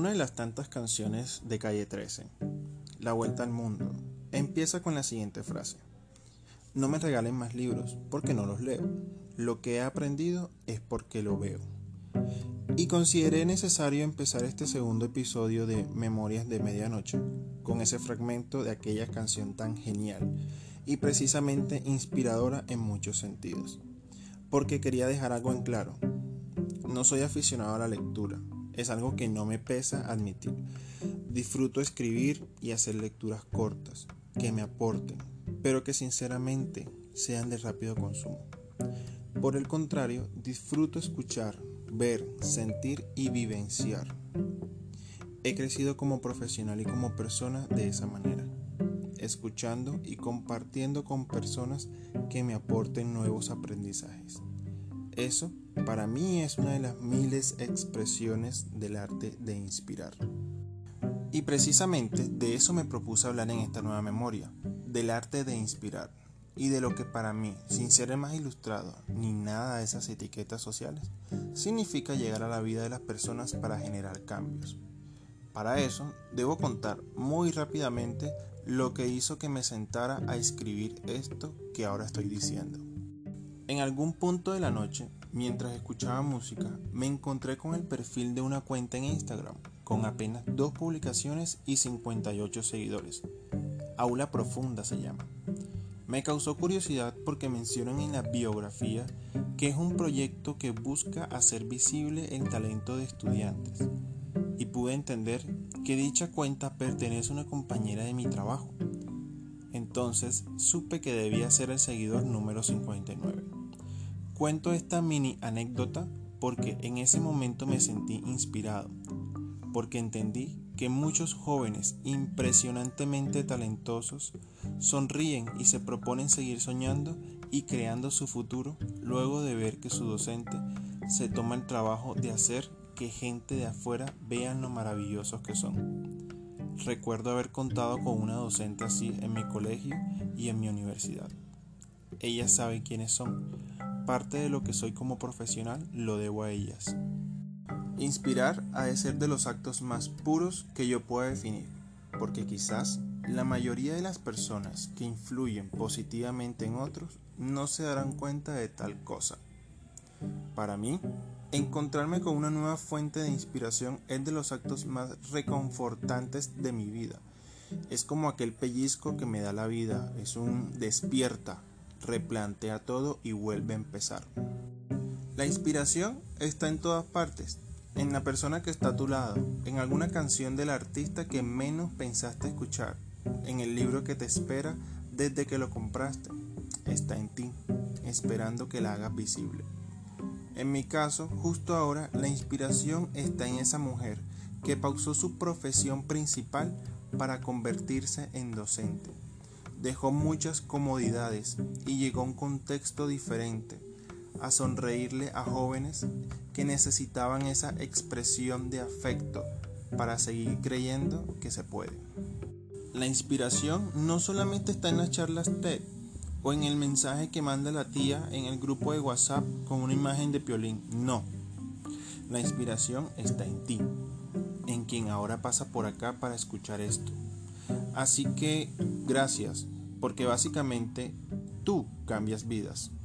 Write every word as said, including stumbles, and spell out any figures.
Una de las tantas canciones de Calle trece, La Vuelta al Mundo, empieza con la siguiente frase: no me regalen más libros porque no los leo. Lo que he aprendido es porque lo veo. Y consideré necesario empezar este segundo episodio de Memorias de Medianoche con ese fragmento de aquella canción tan genial y precisamente inspiradora en muchos sentidos. Porque quería dejar algo en claro. No soy aficionado a la lectura. Es algo que no me pesa admitir. Disfruto escribir y hacer lecturas cortas, que me aporten, pero que sinceramente sean de rápido consumo. Por el contrario, disfruto escuchar, ver, sentir y vivenciar. He crecido como profesional y como persona de esa manera, escuchando y compartiendo con personas que me aporten nuevos aprendizajes. Eso, para mí, es una de las miles expresiones del arte de inspirar. Y precisamente de eso me propuse hablar en esta nueva memoria, del arte de inspirar, y de lo que para mí, sin ser más ilustrado ni nada de esas etiquetas sociales, significa llegar a la vida de las personas para generar cambios. Para eso, debo contar muy rápidamente lo que hizo que me sentara a escribir esto que ahora estoy diciendo. En algún punto de la noche, mientras escuchaba música, me encontré con el perfil de una cuenta en Instagram, con apenas dos publicaciones y cincuenta y ocho seguidores. Aula Profunda se llama. Me causó curiosidad porque mencionan en la biografía que es un proyecto que busca hacer visible el talento de estudiantes, y pude entender que dicha cuenta pertenece a una compañera de mi trabajo. Entonces supe que debía ser el seguidor número cincuenta y nueve. Cuento esta mini anécdota porque en ese momento me sentí inspirado, porque entendí que muchos jóvenes impresionantemente talentosos sonríen y se proponen seguir soñando y creando su futuro luego de ver que su docente se toma el trabajo de hacer que gente de afuera vean lo maravillosos que son. Recuerdo haber contado con una docente así en mi colegio y en mi universidad. Ellas saben quiénes son. Parte de lo que soy como profesional lo debo a ellas. Inspirar ha de ser de los actos más puros que yo pueda definir, porque quizás la mayoría de las personas que influyen positivamente en otros no se darán cuenta de tal cosa. Para mí, encontrarme con una nueva fuente de inspiración es de los actos más reconfortantes de mi vida. Es como aquel pellizco que me da la vida, es un despierta, replantea todo y vuelve a empezar. La inspiración está en todas partes, en la persona que está a tu lado, en alguna canción del artista que menos pensaste escuchar, en el libro que te espera desde que lo compraste. Está en ti, esperando que la hagas visible. En mi caso, justo ahora, la inspiración está en esa mujer que pausó su profesión principal para convertirse en docente. Dejó muchas comodidades y llegó a un contexto diferente, a sonreírle a jóvenes que necesitaban esa expresión de afecto para seguir creyendo que se puede. La inspiración no solamente está en las charlas TED o en el mensaje que manda la tía en el grupo de WhatsApp con una imagen de Piolín, no. La inspiración está en ti, en quien ahora pasa por acá para escuchar esto. Así que gracias, porque básicamente tú cambias vidas.